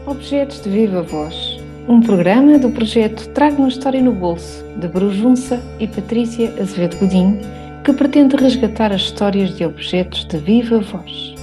Objetos de Viva Voz, um programa do projeto Traga uma História no Bolso, de Brujunça e Patrícia Azevedo Godinho, que pretende resgatar as histórias de objetos de viva voz.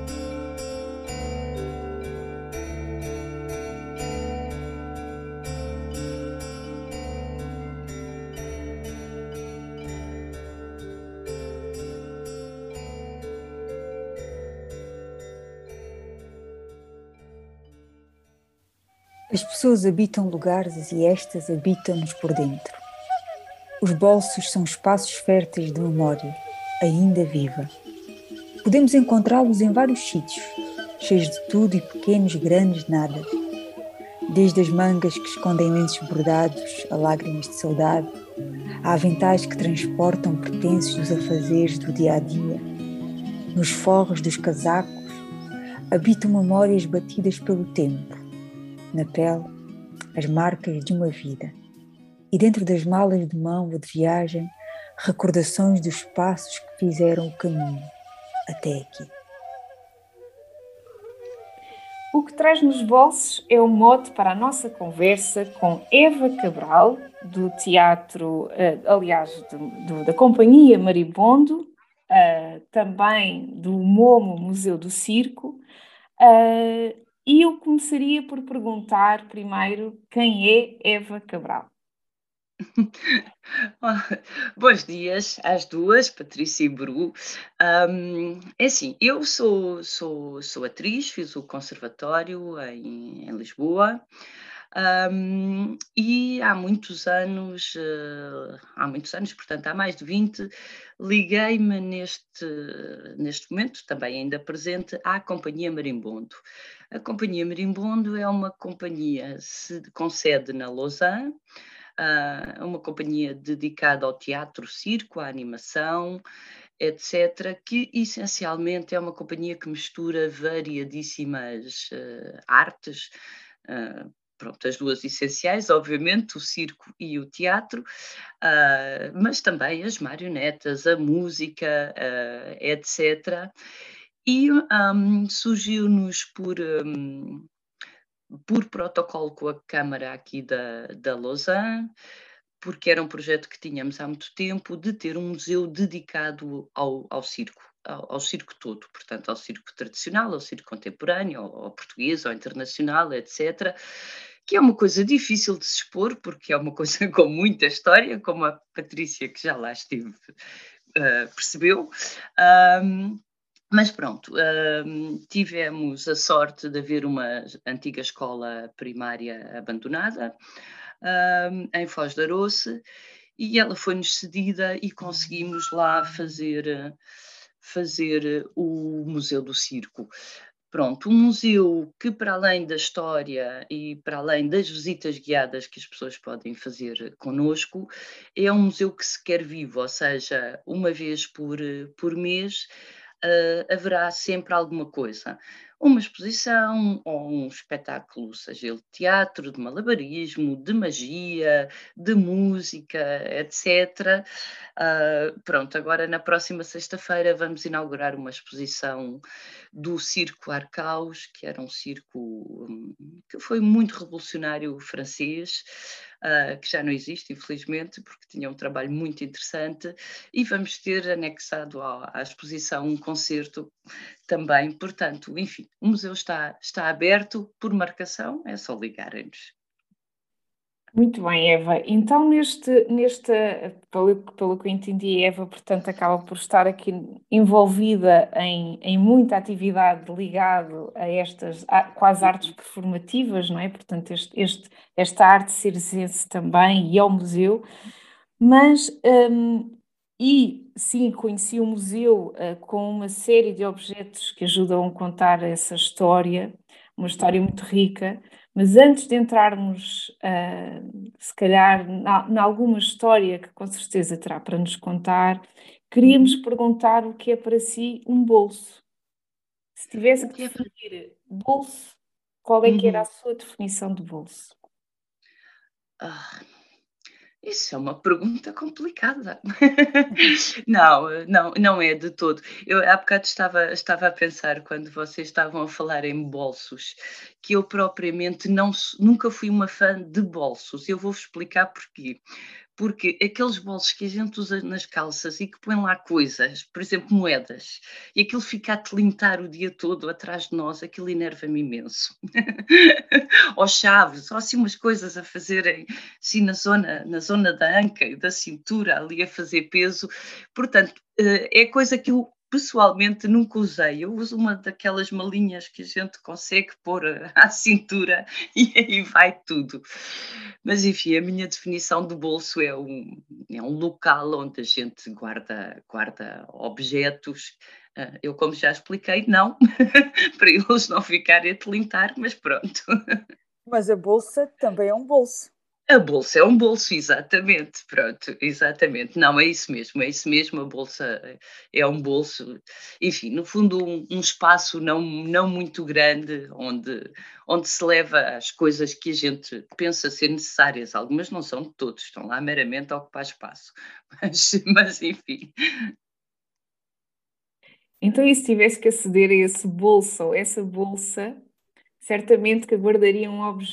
As pessoas habitam lugares e estas habitam-nos por dentro. Os bolsos são espaços férteis de memória, ainda viva. Podemos encontrá-los em vários sítios, cheios de tudo e pequenos, grandes nada. Desde as mangas que escondem lenços bordados a lágrimas de saudade, a aventais que transportam pertences dos afazeres do dia-a-dia. Nos forros dos casacos habitam memórias batidas pelo tempo. Na pele, as marcas de uma vida. E dentro das malas de mão ou de viagem, recordações dos passos que fizeram o caminho até aqui. O que traz nos bolsos é o mote para a nossa conversa com Eva Cabral, do teatro, da Companhia Maribondo, também do MoMo Museu do Circo. E eu começaria por perguntar primeiro quem é Eva Cabral. Bons dias às duas, Patrícia e Bru. É assim, eu sou atriz, fiz o conservatório em Lisboa, e há muitos anos, portanto há mais de 20, liguei-me neste momento, também ainda presente, à Companhia Marimbondo. A Companhia Marimbondo é uma companhia com sede na Lausanne, uma companhia dedicada ao teatro, circo, à animação, etc., que essencialmente é uma companhia que mistura variadíssimas artes, pronto, as duas essenciais, obviamente, o circo e o teatro, mas também as marionetas, a música, etc. E surgiu-nos por protocolo com a Câmara aqui da Lausanne, porque era um projeto que tínhamos há muito tempo, de ter um museu dedicado ao circo, ao circo todo, portanto, ao circo tradicional, ao circo contemporâneo, ao português, ao internacional, etc., que é uma coisa difícil de se expor, porque é uma coisa com muita história, como a Patrícia, que já lá esteve, percebeu. Mas pronto, tivemos a sorte de haver uma antiga escola primária abandonada, em Foz de Aroce, e ela foi-nos cedida e conseguimos lá fazer o Museu do Circo. Pronto, um museu que, para além da história e para além das visitas guiadas que as pessoas podem fazer connosco, é um museu que se quer vivo, ou seja, uma vez por mês, haverá sempre alguma coisa. Uma exposição ou um espetáculo, seja ele de teatro, de malabarismo, de magia, de música, etc. Pronto, agora na próxima sexta-feira vamos inaugurar uma exposição do Circo Arcaus, que era um circo que foi muito revolucionário francês, que já não existe, infelizmente, porque tinha um trabalho muito interessante, e vamos ter anexado à exposição um concerto também. Portanto, enfim, o museu está aberto por marcação, é só ligarem-nos. Muito bem, Eva. Então, pelo que eu entendi, a Eva, portanto, acaba por estar aqui envolvida em muita atividade ligada a estas quase artes performativas, não é? Portanto, esta arte circense também e ao museu. Mas, e sim, conheci o museu com uma série de objetos que ajudam a contar essa história, uma história muito rica. Mas antes de entrarmos, se calhar, em alguma história que com certeza terá para nos contar, queríamos perguntar o que é para si um bolso. Se tivesse O que que é para... definir bolso, qual é que era a Uhum. sua definição de bolso? Ah, Isso é uma pergunta complicada. Não é de todo. Eu há bocado estava a pensar quando vocês estavam a falar em bolsos, que eu propriamente nunca fui uma fã de bolsos. Eu vou-vos explicar porquê. Porque aqueles bolsos que a gente usa nas calças e que põe lá coisas, por exemplo, moedas, e aquilo fica a tilintar o dia todo atrás de nós, aquilo enerva-me imenso. Ou chaves, ou assim umas coisas a fazerem assim na zona da anca e da cintura, ali a fazer peso. Portanto, é coisa que eu pessoalmente nunca usei. Eu uso uma daquelas malinhas que a gente consegue pôr à cintura e aí vai tudo. Mas enfim, a minha definição de bolso é um local onde a gente guarda objetos. Eu, como já expliquei, não, para eles não ficarem a tilintar, mas pronto. Mas a bolsa também é um bolso. A bolsa é um bolso, exatamente, pronto, exatamente. Não, é isso mesmo, a bolsa é um bolso, enfim, no fundo um espaço não muito grande onde se leva as coisas que a gente pensa ser necessárias, algumas não são de todos, estão lá meramente a ocupar espaço, mas enfim. Então, e se tivesse que aceder a esse bolso ou essa bolsa, certamente que guardaria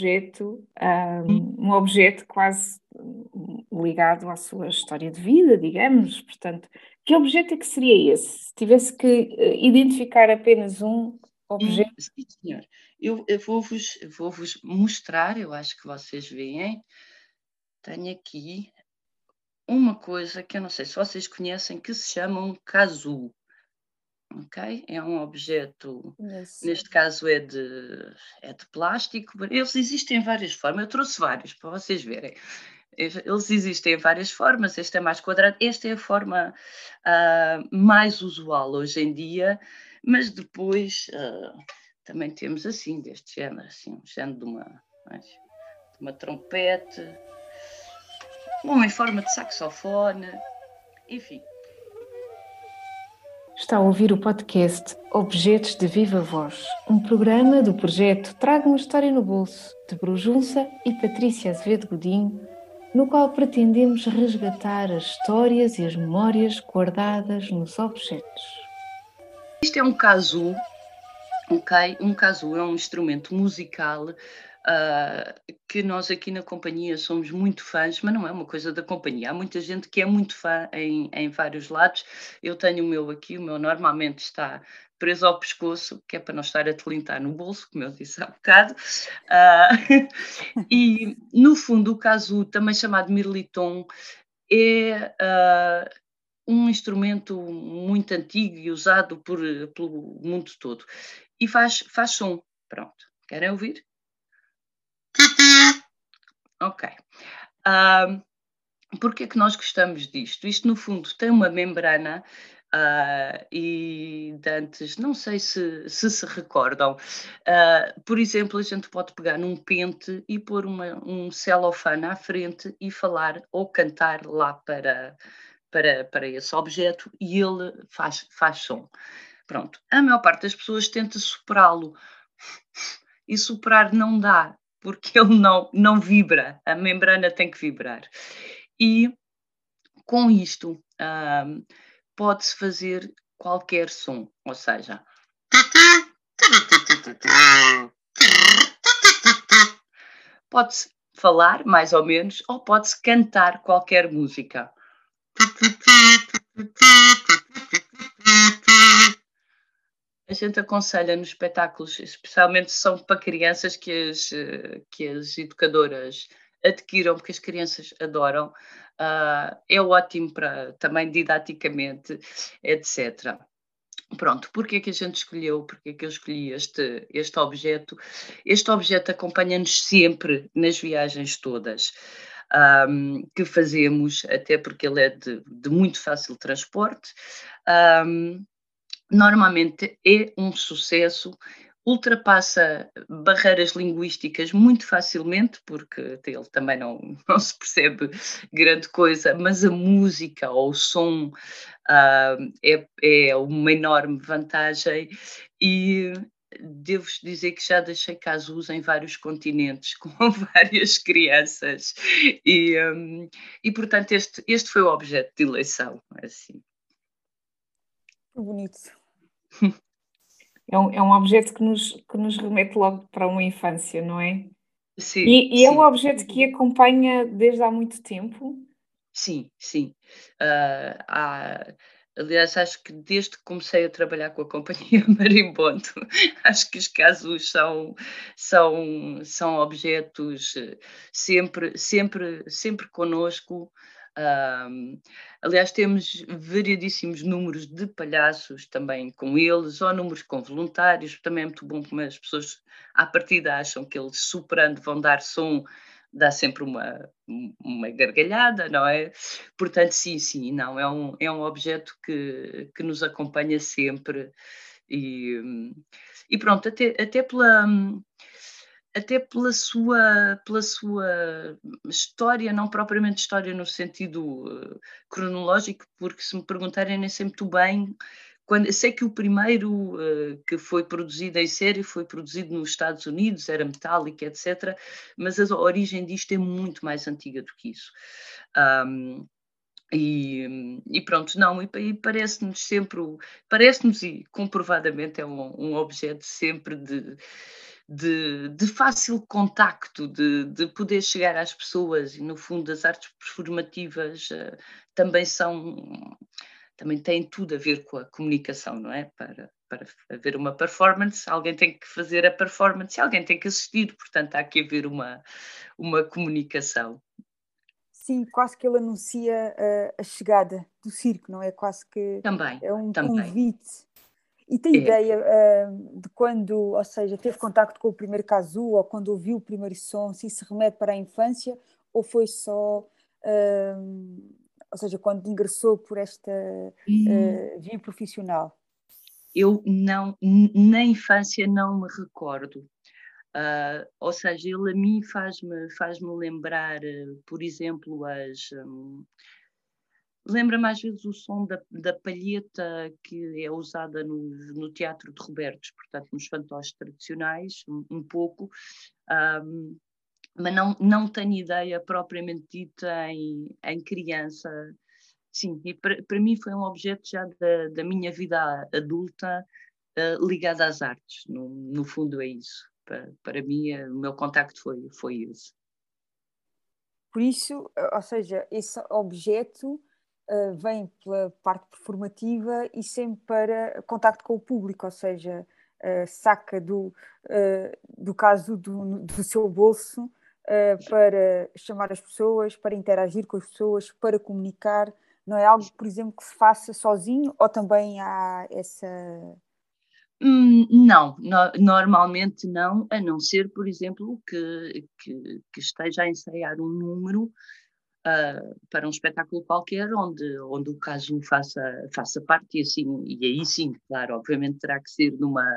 um objeto quase ligado à sua história de vida, digamos. Portanto, que objeto é que seria esse? Se tivesse que identificar apenas um objeto. Sim senhor. Eu vou-vos mostrar, eu acho que vocês veem, tenho aqui uma coisa que eu não sei se vocês conhecem, que se chama um casulo. Ok? É um objeto, Conheço. neste caso é de plástico, eles existem em várias formas, eu trouxe vários para vocês verem. Eles existem em várias formas, este é mais quadrado, esta é a forma mais usual hoje em dia, mas depois também temos assim, deste género, assim, um género de uma trompete, um em forma de saxofone, enfim. Está a ouvir o podcast Objetos de Viva Voz, um programa do projeto Traga uma História no Bolso, de Brujunça e Patrícia Azevedo Godinho, no qual pretendemos resgatar as histórias e as memórias guardadas nos objetos. Isto é um kazoo, ok? Um kazoo é um instrumento musical que nós aqui na companhia somos muito fãs, mas não é uma coisa da companhia. Há muita gente que é muito fã em vários lados. Eu tenho o meu aqui, o meu normalmente está preso ao pescoço, que é para não estar a tilintar no bolso, como eu disse há bocado. Ah, e, no fundo, o kazoo, também chamado mirliton, é um instrumento muito antigo e usado pelo mundo todo. E faz som. Pronto. Querem ouvir? Ok. Ah, Porque é que nós gostamos disto? Isto, no fundo, tem uma membrana e de antes, não sei se recordam, por exemplo, a gente pode pegar num pente e pôr um celofane à frente e falar ou cantar lá para esse objeto e ele faz som. Pronto. A maior parte das pessoas tenta soprá-lo e soprar não dá, porque ele não vibra, a membrana tem que vibrar. E com isto, pode-se fazer qualquer som, ou seja, pode-se falar mais ou menos, ou pode-se cantar qualquer música. A gente aconselha nos espetáculos, especialmente se são para crianças, que as educadoras adquiram, porque as crianças adoram. É ótimo para também didaticamente, etc. Pronto, porque é que a gente escolheu, porque é que eu escolhi este objeto? Este objeto acompanha-nos sempre nas viagens todas que fazemos, até porque ele é de muito fácil transporte. Normalmente é um sucesso, ultrapassa barreiras linguísticas muito facilmente, porque ele também não se percebe grande coisa, mas a música ou o som é uma enorme vantagem e devo-vos dizer que já deixei casus em vários continentes, com várias crianças, e portanto este foi o objeto de eleição, assim. Que bonito. É um objeto que nos remete logo para uma infância, não é? Sim, E é um sim. objeto que acompanha desde há muito tempo. Sim, sim. Aliás, acho que desde que comecei a trabalhar com a companhia Marimbondo, acho que os casos são objetos sempre connosco. Ahm, Aliás, temos variedíssimos números de palhaços também com eles, ou números com voluntários, também é muito bom, como as pessoas à partida acham que eles superando vão dar som, dá sempre uma gargalhada, não é? Portanto, sim, sim, não, é um objeto que nos acompanha sempre e, e pronto, até pela sua história, não propriamente história no sentido cronológico, porque se me perguntarem nem sei muito bem, quando, sei que o primeiro que foi produzido em série foi produzido nos Estados Unidos, era metálico, etc. Mas a origem disto é muito mais antiga do que isso. Um, e pronto, não, e parece-nos sempre, parece-nos e comprovadamente é um objeto sempre de fácil contacto, de poder chegar às pessoas, e no fundo as artes performativas também também têm tudo a ver com a comunicação, não é? Para haver uma performance, alguém tem que fazer a performance e alguém tem que assistir, portanto há que haver uma comunicação. Sim, quase que ele anuncia a chegada do circo, não é? Quase que Também, é um também. convite. E tem É. ideia de quando, ou seja, teve contacto com o primeiro casu ou quando ouviu o primeiro som, se isso remete para a infância ou foi só, ou seja, quando ingressou por esta via profissional? Eu não, na infância não me recordo. Ou seja, ele a mim faz-me lembrar, por exemplo, lembra-me às vezes o som da palheta que é usada no teatro de Robertos, portanto, nos fantoches tradicionais, um pouco, mas não tenho ideia propriamente dita em criança. Sim, e para mim foi um objeto já da minha vida adulta, ligado às artes. No fundo é isso. Para mim, o meu contacto foi esse. Por isso, ou seja, esse objeto vem pela parte performativa e sempre para contacto com o público, ou seja, saca do caso do seu bolso para chamar as pessoas, para interagir com as pessoas, para comunicar. Não é algo, por exemplo, que se faça sozinho ou também há essa. Não, normalmente não, a não ser, por exemplo, que esteja a ensaiar um número para um espetáculo qualquer onde o caso faça parte, e assim, e aí sim, claro, obviamente terá que ser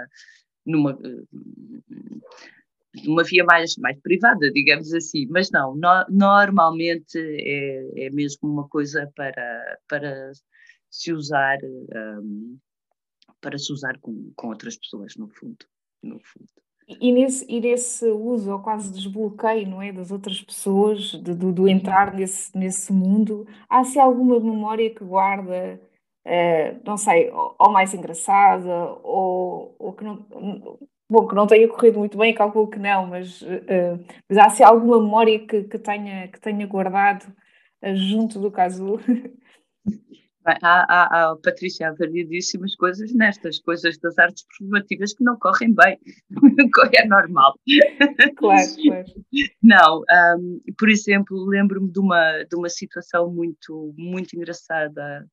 numa via mais privada, digamos assim, mas não, normalmente é mesmo uma coisa para se usar, para se usar com outras pessoas, no fundo. No fundo. E nesse uso, ou quase desbloqueio, não é? Das outras pessoas, do entrar nesse mundo, há se alguma memória que guarda, não sei, ou mais engraçada, ou que não. Bom, que não tenha corrido muito bem, calculo que não, mas há se alguma memória que tenha guardado junto do caso. Bem, Patrícia, há variedíssimas coisas nestas coisas das artes performativas que não correm bem, é normal. Claro, claro. Não, por exemplo, lembro-me de uma situação muito engraçada,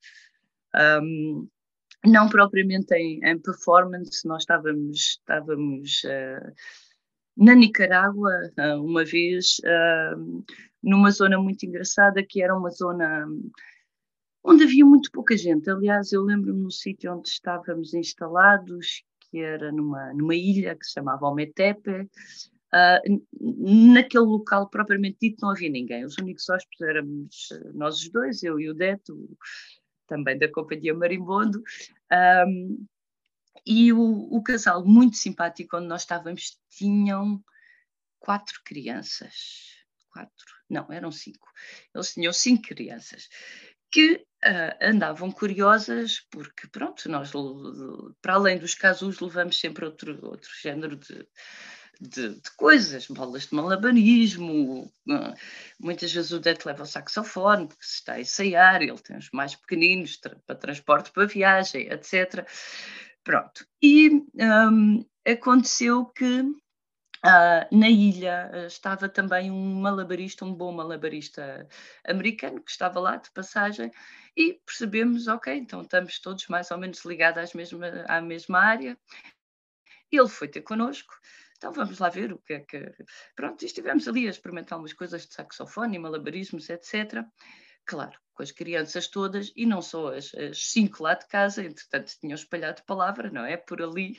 não propriamente em performance, nós estávamos na Nicarágua uma vez, numa zona muito engraçada, que era uma zona onde havia muito pouca gente. Aliás, eu lembro-me no sítio onde estávamos instalados, que era numa ilha que se chamava Ometepe. Naquele local propriamente dito não havia ninguém. Os únicos hóspedes éramos nós os dois, eu e o Deto, também da companhia Marimbondo. E o casal, muito simpático, onde nós estávamos, tinham 4 crianças. 4? Não, eram 5. Eles tinham 5 crianças que andavam curiosas, porque, pronto, nós, para além dos casus, levamos sempre outro género de coisas, bolas de malabarismo, muitas vezes o Dete leva o saxofone, porque se está a ensaiar, ele tem os mais pequeninos para transporte para viagem, etc. Pronto, e aconteceu que na ilha estava também um malabarista, um bom malabarista americano, que estava lá de passagem, e percebemos, ok, então estamos todos mais ou menos ligados à mesma área. Ele foi ter connosco, então vamos lá ver o que é que... Pronto, e estivemos ali a experimentar umas coisas de saxofone e malabarismos, etc. Claro, com as crianças todas, e não só as 5 lá de casa, entretanto tinham espalhado palavra, não é? Por ali.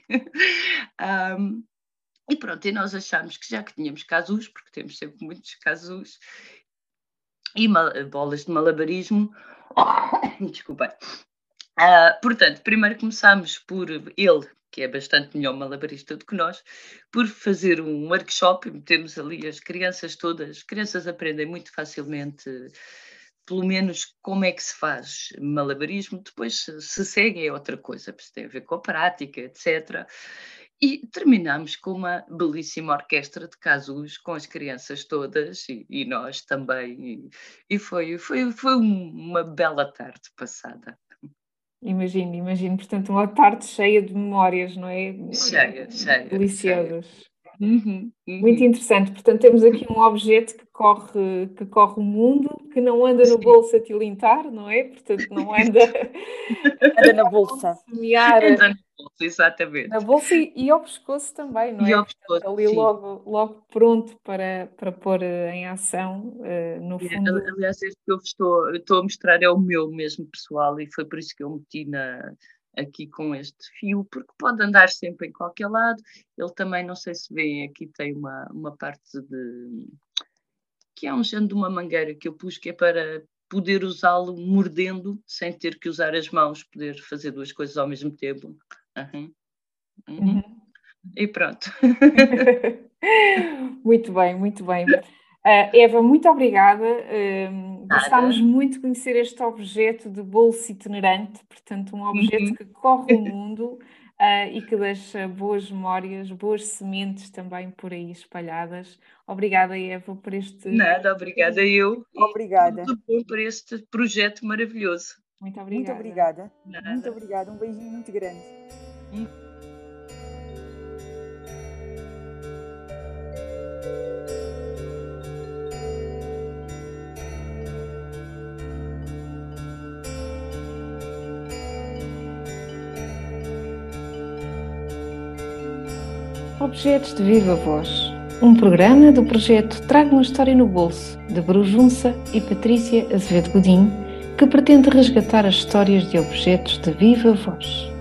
E pronto, e nós achámos que já que tínhamos casus, porque temos sempre muitos casus, e bolas de malabarismo, desculpem. Portanto, primeiro começámos por ele, que é bastante melhor malabarista do que nós, por fazer um workshop, e metemos ali as crianças todas. As crianças aprendem muito facilmente, pelo menos como é que se faz malabarismo. Depois, se seguem é outra coisa, porque tem a ver com a prática, etc. E terminámos com uma belíssima orquestra de casus, com as crianças todas e nós também. E foi uma bela tarde passada. Imagino. Portanto, uma tarde cheia de memórias, não é? Cheia. Deliciosas. Uhum. Muito interessante. Portanto, temos aqui um objeto que corre o mundo, que não anda no bolso a tilintar, não é? Portanto, não anda na bolsa. Anda na bolsa, exatamente. Na bolsa e ao pescoço também, não é? E ao pescoço, portanto, ali sim. logo pronto para pôr em ação, no fundo. Aliás, este que eu estou a mostrar é o meu mesmo pessoal, e foi por isso que eu meti aqui com este fio, porque pode andar sempre em qualquer lado. Ele também, não sei se veem, aqui tem uma parte que é um género de uma mangueira que eu pus, que é para poder usá-lo mordendo, sem ter que usar as mãos, poder fazer 2 coisas ao mesmo tempo. E pronto. Muito bem. Eva, muito obrigada. Gostámos muito de conhecer este objeto de bolso itinerante, portanto, um objeto que corre o mundo e que deixa boas memórias, boas sementes também por aí espalhadas. Obrigada, Eva, por este... Nada, obrigada eu. Obrigada. Tudo bom por este projeto maravilhoso. Muito Muito obrigada. Muito obrigada. Um beijinho muito grande. Objetos de Viva Voz, um programa do projeto Traga uma História no Bolso, de Bru Junça e Patrícia Azevedo Godinho, que pretende resgatar as histórias de objetos de viva voz.